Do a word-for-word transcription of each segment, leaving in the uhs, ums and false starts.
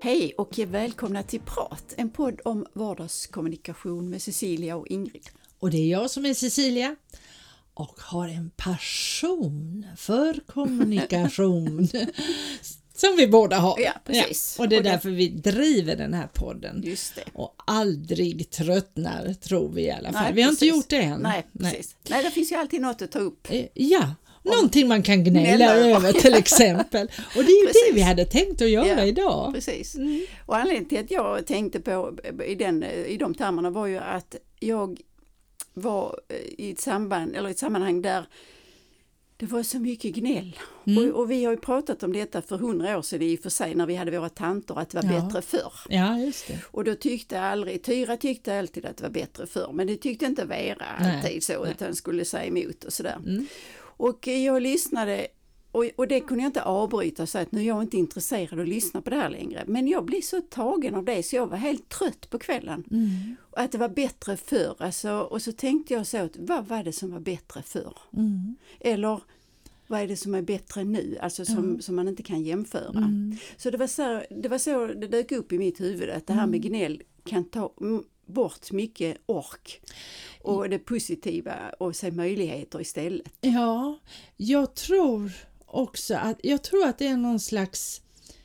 Hej och välkomna till Prat, en podd om vardagskommunikation med Cecilia och Ingrid. Och det är jag som är Cecilia och har en passion för kommunikation som vi båda har. Ja, precis. Ja, och det är och det... därför vi driver den här podden. Just det. Och aldrig tröttnar, tror vi i alla fall. Nej, vi har precis. inte gjort det än. Nej, precis. Nej. Nej, det finns ju alltid något att ta upp. Ja, någonting man kan gnälla över till exempel. Och det är ju precis. det vi hade tänkt att göra ja, idag. Precis. Mm. Och anledningen till att jag tänkte på i, den, i de termerna var ju att jag var i ett samband eller ett sammanhang där det var så mycket gnäll. Mm. Och, och vi har ju pratat om detta för hundra år sedan i och för sig när vi hade våra tanter att det var ja. bättre förr. Ja, just det. Och då tyckte aldrig, Tyra tyckte alltid att det var bättre förr, men det tyckte inte Vera alltid Nej. så, utan Nej. skulle säga emot och sådär. Mm. Och jag lyssnade och, och det kunde jag inte avbryta så att nu är jag inte intresserad av att lyssna på det här längre. Men jag blev så tagen av det så jag var helt trött på kvällen. Mm. Och att det var bättre förr. Alltså, och så tänkte jag så att vad var det som var bättre förr? Mm. Eller vad är det som är bättre nu? Alltså som, mm. som man inte kan jämföra. Mm. Så det var så det var så det dök upp i mitt huvud att det här med gnäll kan ta bort mycket ork och det positiva och se möjligheter istället. Ja, jag tror också att jag tror att det är någon slags,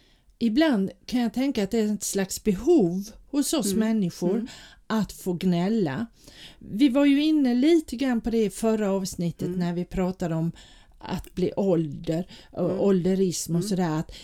ibland kan jag tänka att det är ett slags behov hos oss mm. människor mm. att få gnälla. Vi var ju inne lite grann på det i förra avsnittet mm. när vi pratade om att bli ålder och mm. ålderism och mm. sådär, att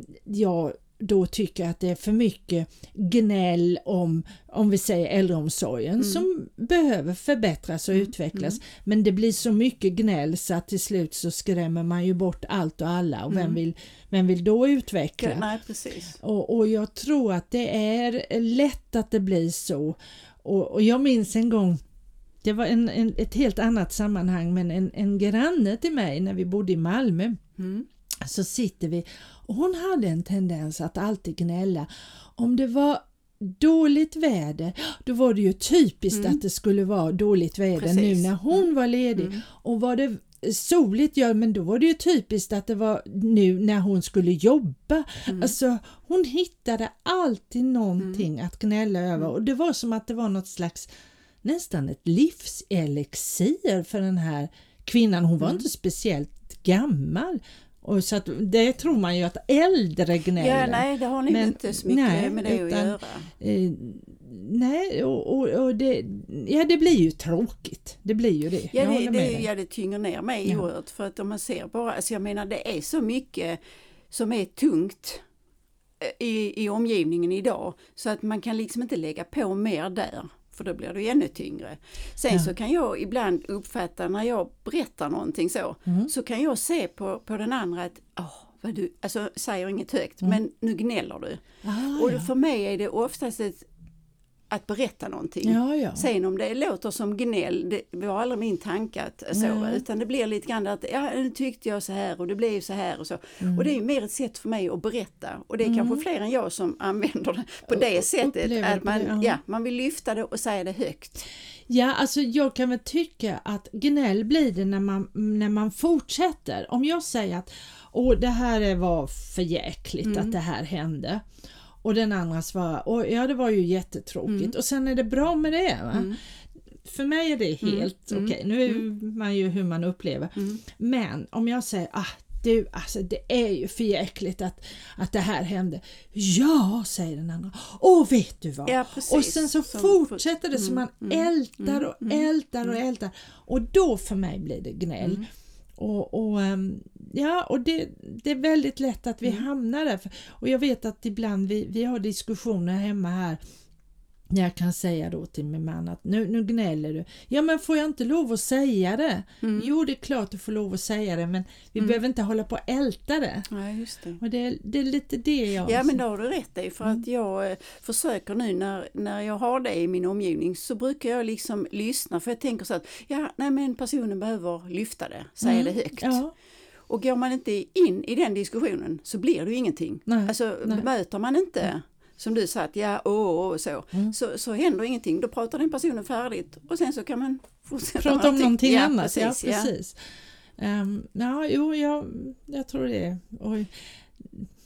jag då tycker att det är för mycket gnäll om, om vi säger äldreomsorgen mm. som behöver förbättras och mm. utvecklas. Mm. Men det blir så mycket gnäll så att till slut så skrämmer man ju bort allt och alla. Och mm. vem, vill, vem vill då utveckla? Ja, nej, precis. Och, och jag tror att det är lätt att det blir så. Och, och jag minns en gång, det var en, en, ett helt annat sammanhang, men en, en granne till mig när vi bodde i Malmö. Mm. Så sitter vi och hon hade en tendens att alltid gnälla. Om det var dåligt väder, då var det ju typiskt mm. att det skulle vara dåligt väder Precis. nu när hon mm. var ledig. Mm. Och var det soligt, ja men då var det ju typiskt att det var nu när hon skulle jobba. Mm. Alltså hon hittade alltid någonting mm. att gnälla över. Mm. Och det var som att det var något slags, nästan ett livselixir för den här kvinnan. Hon var mm. inte speciellt gammal. Och så att det tror man ju att äldre gnäller. Ja, nej, det har ni men, inte så mycket nej, med det utan, att göra. Eh, nej, och, och, och det, ja, det blir ju tråkigt. Det blir ju det. Ja, det, det, ja, det tynger ner mig ja. oerhört. För att om man ser bara, alltså jag menar det är så mycket som är tungt i, i omgivningen idag. Så att man kan liksom inte lägga på mer där. För då blir det ju ännu tyngre. Sen ja. så kan jag ibland uppfatta när jag berättar någonting så. Mm. Så kan jag se på, på den andra att, åh, vad du, alltså säger inget högt, mm. men nu gnäller du. Ah, och ja. för mig är det oftast ett, att berätta någonting. Ja, ja. Sen om det låter som gnäll, det var aldrig min tanke att så, mm. utan det blir lite grann att, ja nu tyckte jag så här och det blev så här och så. Mm. Och det är ju mer ett sätt för mig att berätta. Och det är mm. kanske fler än jag som använder det på det sättet. Upplever att man, det, ja. Ja, man vill lyfta det och säga det högt. Ja, alltså jag kan väl tycka att gnäll blir det när man, när man fortsätter. Om jag säger att åh, det här var för jäkligt mm. att det här hände. Och den andra svarar, och ja det var ju jättetråkigt. Mm. Och sen är det bra med det va? Mm. För mig är det helt mm. okej. Okay. Nu är mm. man ju hur man upplever. Mm. Men om jag säger, ah du, alltså det är ju för jäkligt att, att det här hände. Ja, säger den andra. Åh, vet du vad? Ja, precis. Och sen så som, fortsätter det mm. som man mm. ältar och mm. ältar och ältar. Och då för mig blir det gnäll. Mm. Och, och, ja, och det, det är väldigt lätt att vi mm. hamnar där. Och jag vet att ibland vi, vi har diskussioner hemma här. Jag kan säga då till min man att nu, nu gnäller du. Ja, men får jag inte lov att säga det? Mm. Jo, det är klart du får lov att säga det. Men vi mm. behöver inte hålla på att älta det. Ja, just det. Och det, det är lite det jag... Ja, men då har du rätt i. För mm. att jag eh, försöker nu när, när jag har det i min omgivning så brukar jag liksom lyssna. För jag tänker så att ja, nej, men personen behöver lyfta det. Säga mm. det högt. Ja. Och går man inte in i den diskussionen så blir det ju ingenting. Nej. Alltså nej. Möter man inte... Mm. Som du sa att ja, åh, åh, så. Mm. så. Så händer ingenting. Då pratar den personen färdigt. Och sen så kan man fortsätta. Prata om någonting ja, annat. Precis, ja, precis. Ja. Um, ja, jo, jag, jag tror det. Och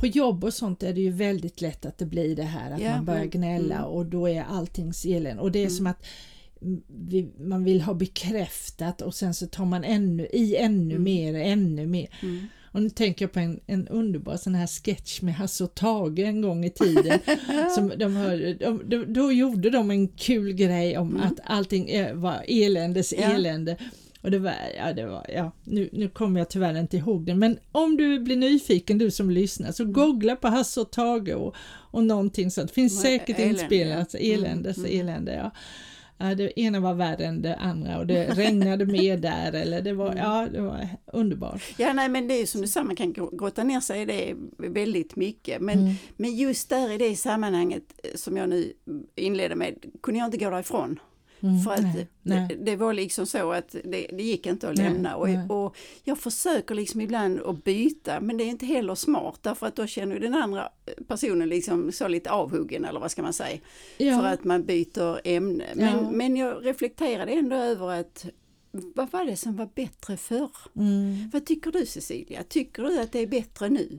på jobb och sånt är det ju väldigt lätt att det blir det här att ja, man börjar gnälla mm. och då är alltings elände. Och det är mm. som att vi, man vill ha bekräftat och sen så tar man ännu, i ännu mm. mer, ännu mer. Mm. Och nu tänker jag på en, en underbar sån här sketch med Hasse och Tage en gång i tiden. som de hör, de, de, då gjorde de en kul grej om mm. att allting var eländes ja. elände. Och det var, ja det var, ja, nu, nu kommer jag tyvärr inte ihåg det. Men om du blir nyfiken, du som lyssnar, så mm. googla på Hasse och Tage och, och någonting sånt. Det finns säkert inspelat, eländes mm. elände, ja. Ja, det ena var värre än det andra och det regnade mer där eller det var, ja, det var underbart. Ja, nej, men det är som du sa, man kan grotta ner sig i det väldigt mycket. Men, mm. men just där i det sammanhanget som jag nu inledde med kunde jag inte gå därifrån. Mm, för att nej, nej. Det, det var liksom så att det, det gick inte att lämna nej, och, nej. och jag försöker liksom ibland att byta, men det är inte heller smart därför att då känner ju den andra personen liksom så lite avhuggen eller vad ska man säga ja. för att man byter ämne. Men, ja. men jag reflekterade ändå över att vad var det som var bättre förr? Mm. Vad tycker du, Cecilia? Tycker du att det är bättre nu?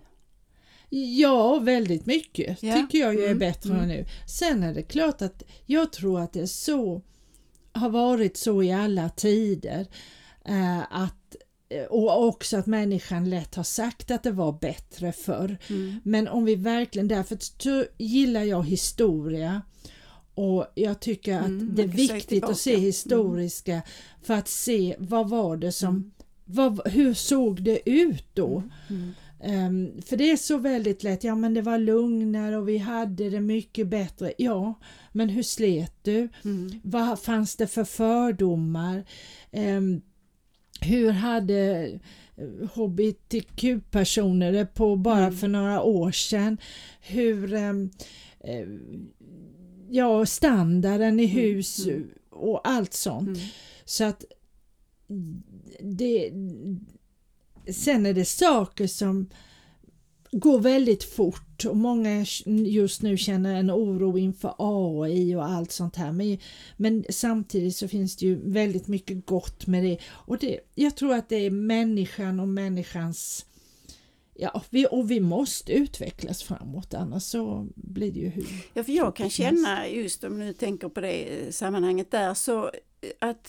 Ja, väldigt mycket ja. tycker jag ju är mm. bättre mm. nu. Sen är det klart att jag tror att det är så har varit så i alla tider eh, att, och också att människan lätt har sagt att det var bättre förr. Mm. Men om vi verkligen, därför så gillar jag historia och jag tycker att mm, det är viktigt att se historiska mm. för att se vad var det som, mm. vad, hur såg det ut då? Mm. Mm. Um, för det är så väldigt lätt, ja men det var lugnare och vi hade det mycket bättre. Ja, men hur slet du? Mm. Vad fanns det för fördomar? Um, hur hade hbtq-personer det på bara mm. för några år sedan? Hur, um, um, ja standarden i hus mm. och allt sånt. Mm. Så att det... Sen är det saker som går väldigt fort och många just nu känner en oro inför A I och allt sånt här. Men, men samtidigt så finns det ju väldigt mycket gott med det. Och det, jag tror att det är människan och människans... Ja, vi, och vi måste utvecklas framåt, annars så blir det ju hur... Ja, för jag kan känna, just om du tänker på det sammanhanget där, så att,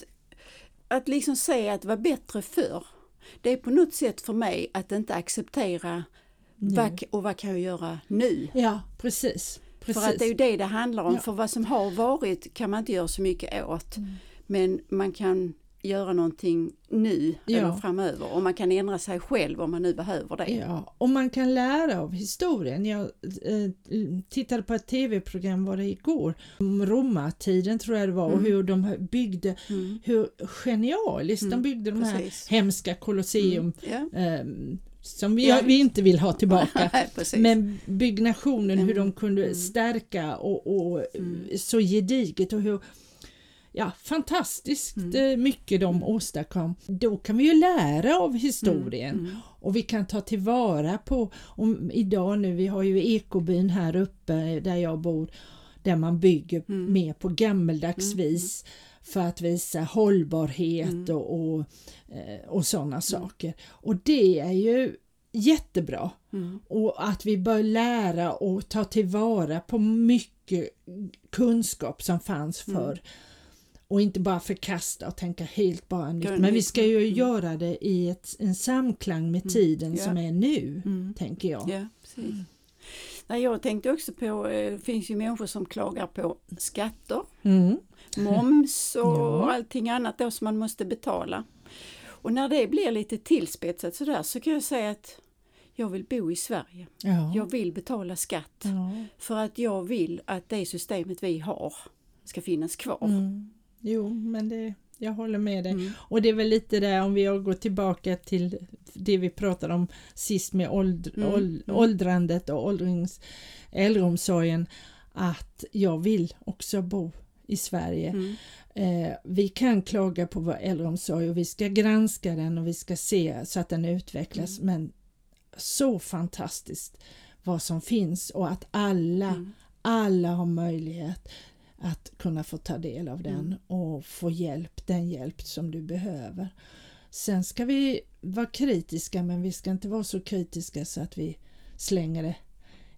att liksom säga att det var bättre förr. Det är på något sätt för mig att inte acceptera vad, och vad kan jag göra nu. Ja, precis. precis. För att det är ju det det handlar om. Ja. För vad som har varit kan man inte göra så mycket åt. Mm. Men man kan göra någonting nu ja. eller framöver. Och man kan ändra sig själv om man nu behöver det. Ja, och man kan lära av historien. Jag eh, tittade på ett tv-program var det igår. Om romartiden tror jag det var. Mm. Och hur de byggde, mm. hur genialiskt mm. de byggde de här Precis. hemska kolosseum. Mm. Ja. Eh, som vi, ja. vi inte vill ha tillbaka. Men byggnationen, mm. hur de kunde mm. stärka och, och mm. så gediget och hur ja, fantastiskt mm. mycket de åstadkom. Då kan vi ju lära av historien mm. Mm. och vi kan ta tillvara på, om, idag nu, vi har ju ekobyn här uppe där jag bor, där man bygger mm. mer på gammeldags mm. vis för att visa hållbarhet mm. och, och, och sådana mm. saker. Och det är ju jättebra. Mm. Och att vi bör lära och ta tillvara på mycket kunskap som fanns förr. Mm. Och inte bara förkasta och tänka helt bara nytt. Men vi ska ju mm. göra det i ett, en samklang med tiden mm. ja. som är nu, mm. tänker jag. Ja, precis. Mm. Nej, jag tänkte också på, det finns ju människor som klagar på skatter, mm. moms och ja. allting annat då som man måste betala. Och när det blir lite tillspetsat sådär så kan jag säga att jag vill bo i Sverige. Ja. Jag vill betala skatt. Ja. För att jag vill att det systemet vi har ska finnas kvar. Mm. Jo, men det, jag håller med dig. Mm. Och det är väl lite där, om vi har gått tillbaka till det vi pratade om sist med åld, mm. åld, åldrandet och åldrings, äldreomsorgen, att jag vill också bo i Sverige. Mm. Eh, vi kan klaga på vår äldreomsorg och vi ska granska den och vi ska se så att den utvecklas. Mm. Men så fantastiskt vad som finns och att alla, mm. alla har möjlighet att kunna få ta del av den mm. och få hjälp, den hjälp som du behöver. Sen ska vi vara kritiska, men vi ska inte vara så kritiska så att vi slänger det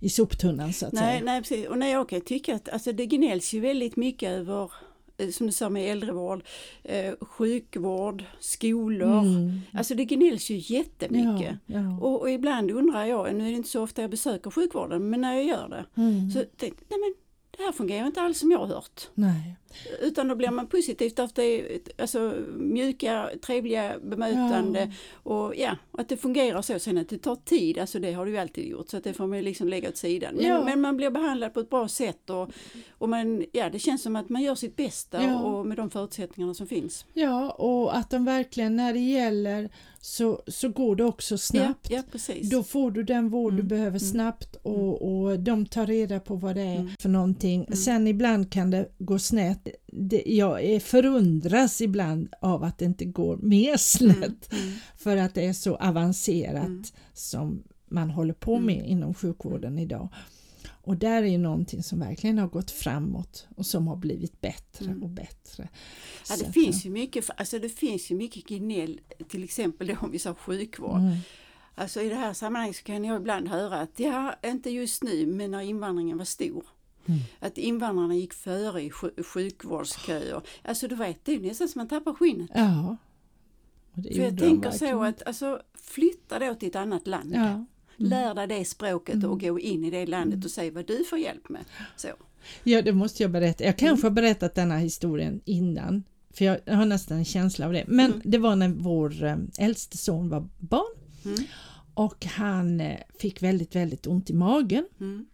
i soptunnan så att nej, säga. Nej, precis. Och nej, jag kan tycka att alltså, det gnälls ju väldigt mycket över, som du sa med äldrevård, eh, sjukvård, skolor. Mm. Alltså det gnälls ju jättemycket. Ja, ja. Och, och ibland undrar jag, nu är det inte så ofta jag besöker sjukvården, men när jag gör det, mm. så tänkte jag, nej men det här fungerar inte alls som jag har hört. Nej. Utan då blir man positivt av det, alltså mjuka, trevliga bemötande ja. och ja, att det fungerar så. Sen att det tar tid, alltså det har du ju alltid gjort, så att det får man liksom lägga åt sidan. Men, ja. men man blir behandlad på ett bra sätt och, och man, ja, det känns som att man gör sitt bästa ja. och med de förutsättningarna som finns. Ja, och att de verkligen, när det gäller så, så går det också snabbt. Ja, ja, precis. Då får du den vård mm. du behöver snabbt och, och de tar reda på vad det är mm. för någonting. Mm. Sen ibland kan det gå snett. Det, jag är förundras ibland av att det inte går mer snett mm. Mm. för att det är så avancerat mm. som man håller på med mm. inom sjukvården idag. Och där är ju någonting som verkligen har gått framåt och som har blivit bättre mm. och bättre. Ja, det, finns ju mycket, alltså det finns ju mycket gnäll, till exempel då om vi sa sjukvård. Mm. Alltså i det här sammanhanget så kan jag ibland höra att ja, inte just nu, men när invandringen var stor. Mm. Att invandrarna gick före i sj- sjukvårdsköer. Alltså du vet, det är nästan som man tappar skinnet. Ja. Och det För jag tänker så att alltså, flytta då till ett annat land. Ja. Mm. Lär dig det språket mm. och gå in i det landet mm. och säg vad du får hjälp med. Så. Ja, det måste jag berätta. Jag kanske mm. har berättat denna historien innan. För jag har nästan en känsla av det. Men mm. det var när vår äh, äldste son var barn. Mm. Och han äh, fick väldigt, väldigt ont i magen. Mm.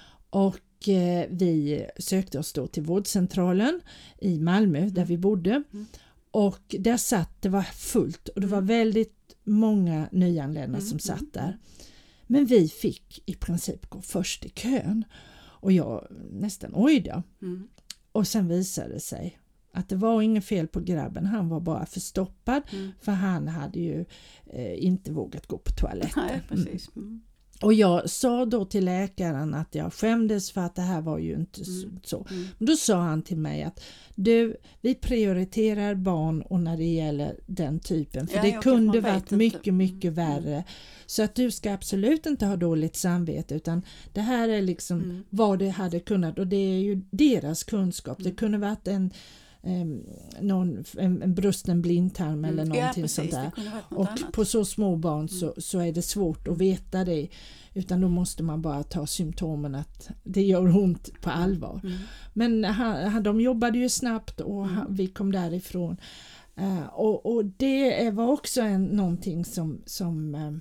Och äh, vi sökte oss då till vårdcentralen i Malmö där mm. vi bodde. Mm. Och där satt, det var fullt. Och det var väldigt många nyanlända mm. som satt där. Men vi fick i princip gå först i kön. Och jag nästan ojda. Mm. Och sen visade det sig att det var inget fel på grabben. Han var bara förstoppad. Mm. För han hade ju eh, inte vågat gå på toaletten. Nej, precis. Mm. Och jag sa då till läkaren att jag skämdes för att det här var ju inte mm. så. Mm. Då sa han till mig att du, vi prioriterar barn och när det gäller den typen. För ja, det kunde varit mycket, mycket mm. värre. Så att du ska absolut inte ha dåligt samvete, utan det här är liksom mm. vad det hade kunnat, och det är ju deras kunskap. Mm. Det kunde varit en Um, någon, en, en brusten blindtarm mm. eller någonting ja, sånt där. Och annat. På så små barn mm. så, så är det svårt att veta det, utan då måste man bara ta symptomen att det gör ont på allvar. Mm. Men han, de jobbade ju snabbt och mm. han, vi kom därifrån. Uh, och, och det var också en, någonting som, som uh,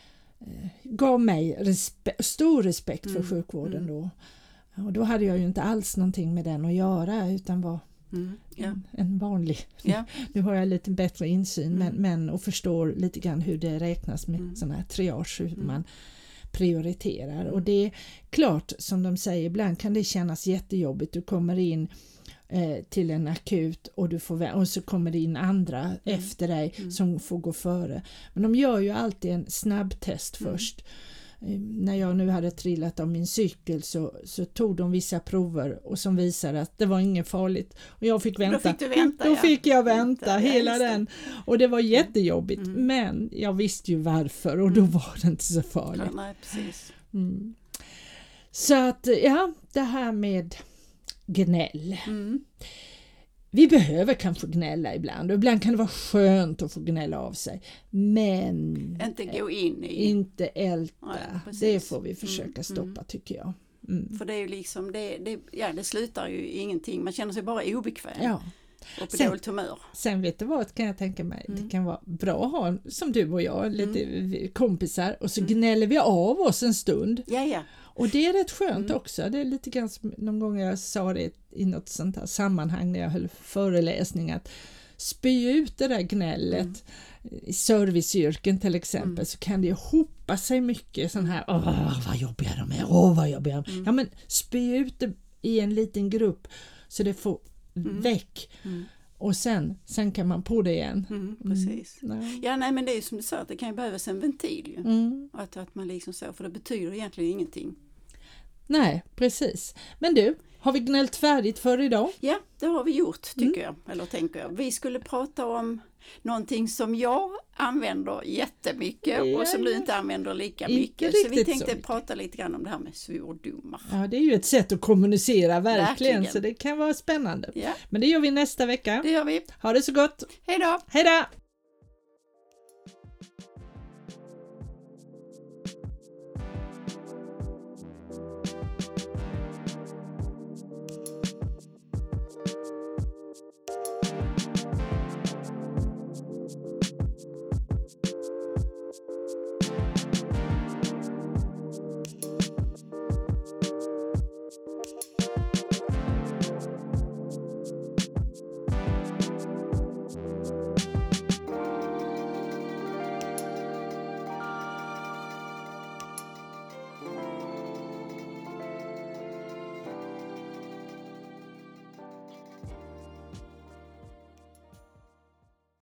gav mig respe- stor respekt för mm. sjukvården då. Och då hade jag ju inte alls någonting med den att göra, utan var Mm, ja. en, en vanlig. Ja. Nu har jag lite bättre insyn mm. men, men och förstår lite grann hur det räknas med mm. sådana här triage, hur mm. man prioriterar. Mm. Och det är klart, som de säger, ibland kan det kännas jättejobbigt. Du kommer in eh, till en akut och, du får, och så kommer det in andra mm. efter dig mm. som får gå före. Men de gör ju alltid en snabbtest mm. först. När jag nu hade trillat av min cykel så, så tog de vissa prover och som visade att det var inget farligt. Och jag fick vänta. Då fick du vänta, Då ja. fick jag vänta ja, hela den. Och det var jättejobbigt. Mm. Men jag visste ju varför och då var det inte så farligt. Ja, nej, precis. Mm. Så att, ja, det här med gnäll. Mm. Vi behöver kanske gnälla ibland och ibland kan det vara skönt att få gnälla av sig, men inte gå in i inte älta. Nej, det får vi försöka mm, stoppa mm. tycker jag. Mm. För det är ju liksom det, det, ja, det slutar ju ingenting, man känner sig bara obekväm ja. och på dåligt humör. Sen vet du vad, kan jag tänka mig, mm. det kan vara bra att ha som du och jag, lite mm. kompisar, och så mm. gnäller vi av oss en stund. Ja, ja. Och det är rätt skönt mm. också. Det är lite grann som någon gång jag sa det i något sånt här sammanhang när jag höll föreläsning, att spy ut det där gnället mm. i serviceyrken till exempel, mm. så kan det ju hopa sig mycket sån här, åh vad jobbiga de är, åh vad jobbiga de är. Mm. Ja, men spy ut det i en liten grupp så det får mm. väck. Mm. Och sen, sen kan man på det igen. Mm, precis. Mm. Ja, nej, men det är ju som du sa, att det kan ju behövas en ventil ju. Mm. Att, att man liksom så, för det betyder egentligen ingenting. Nej, precis. Men du, har vi gnällt färdigt för idag? Ja, det har vi gjort tycker mm. jag, eller tänker jag. Vi skulle prata om någonting som jag använder jättemycket Ja, och som ja. du inte använder lika Inte mycket. Så vi riktigt tänkte så mycket. prata lite grann om det här med svordomar. Ja, det är ju ett sätt att kommunicera verkligen, Verkligen. så det kan vara spännande. Ja, Men det gör vi nästa vecka. det gör vi. Ha det så gott! Hej då! Hej då!